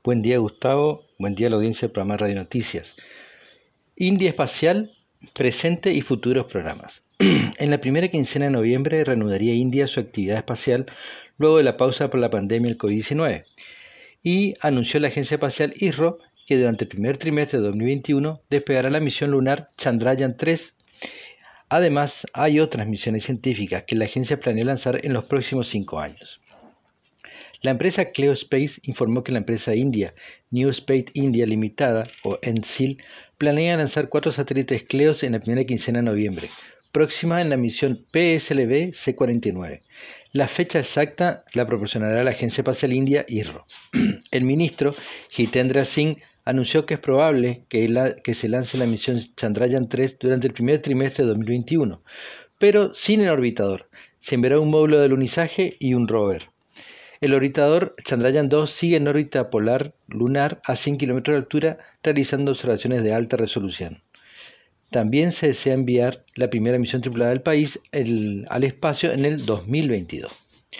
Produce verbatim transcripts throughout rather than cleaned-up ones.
Buen día, Gustavo. Buen día a la audiencia del programa Radio Noticias. India Espacial, presente y futuros programas. En la primera quincena de noviembre reanudaría India su actividad espacial luego de la pausa por la pandemia del COVID diecinueve y anunció la agencia espacial ISRO que durante el primer trimestre de dos mil veintiuno despegará la misión lunar Chandrayaan tres. Además, hay otras misiones científicas que la agencia planea lanzar en los próximos cinco años. La empresa Cleo Space informó que la empresa india New Space India Limitada, o N S I L, planea lanzar cuatro satélites Cleos en la primera quincena de noviembre, próxima en la misión P S L V C cuarenta y nueve. La fecha exacta la proporcionará la Agencia Espacial India ISRO. El ministro Jitendra Singh anunció que es probable que, la, que se lance la misión Chandrayaan tres durante el primer trimestre de dos mil veintiuno, pero sin el orbitador. Se enviará un módulo de alunizaje y un rover. El orbitador Chandrayaan dos sigue en órbita polar lunar a cien kilómetros de altura, realizando observaciones de alta resolución. También se desea enviar la primera misión tripulada del país el, al espacio en el dos mil veintidós.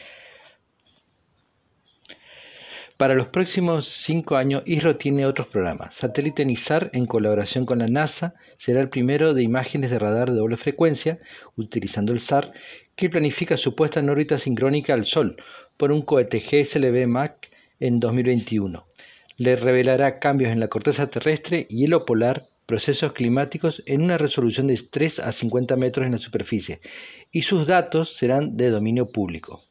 Para los próximos cinco años, ISRO tiene otros programas. Satélite NISAR, en colaboración con la NASA, será el primero de imágenes de radar de doble frecuencia, utilizando el S A R, que planifica su puesta en órbita sincrónica al Sol por un cohete G S L V M A C en dos mil veintiuno. Le revelará cambios en la corteza terrestre, hielo polar, procesos climáticos en una resolución de tres a cincuenta metros en la superficie, y sus datos serán de dominio público.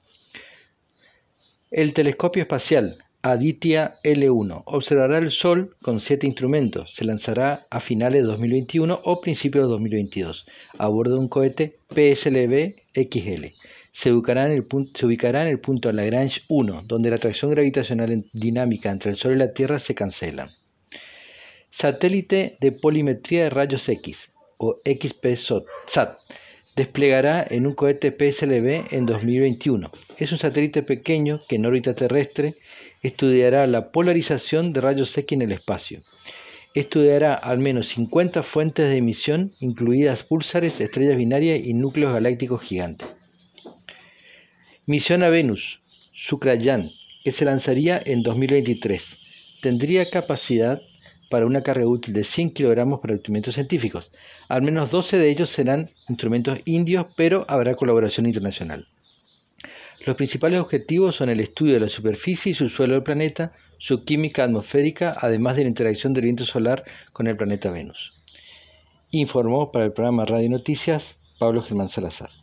El telescopio espacial Aditya L uno observará el Sol con siete instrumentos. Se lanzará a finales de dos mil veintiuno o principios de dos mil veintidós a bordo de un cohete P S L V X L. Se ubicará en el punto, se ubicará en el punto Lagrange uno, donde la atracción gravitacional dinámica entre el Sol y la Tierra se cancela. Satélite de polimetría de rayos X, o X P S A T, desplegará en un cohete P S L V en dos mil veintiuno. Es un satélite pequeño que en órbita terrestre estudiará la polarización de rayos X en el espacio. Estudiará al menos cincuenta fuentes de emisión, incluidas púlsares, estrellas binarias y núcleos galácticos gigantes. Misión a Venus, Shukrayaan, que se lanzaría en dos mil veintitrés. Tendría capacidad para una carga útil de cien kilogramos para instrumentos científicos. Al menos doce de ellos serán instrumentos indios, pero habrá colaboración internacional. Los principales objetivos son el estudio de la superficie y subsuelo del planeta, su química atmosférica, además de la interacción del viento solar con el planeta Venus. Informó para el programa Radio Noticias Pablo Germán Salazar.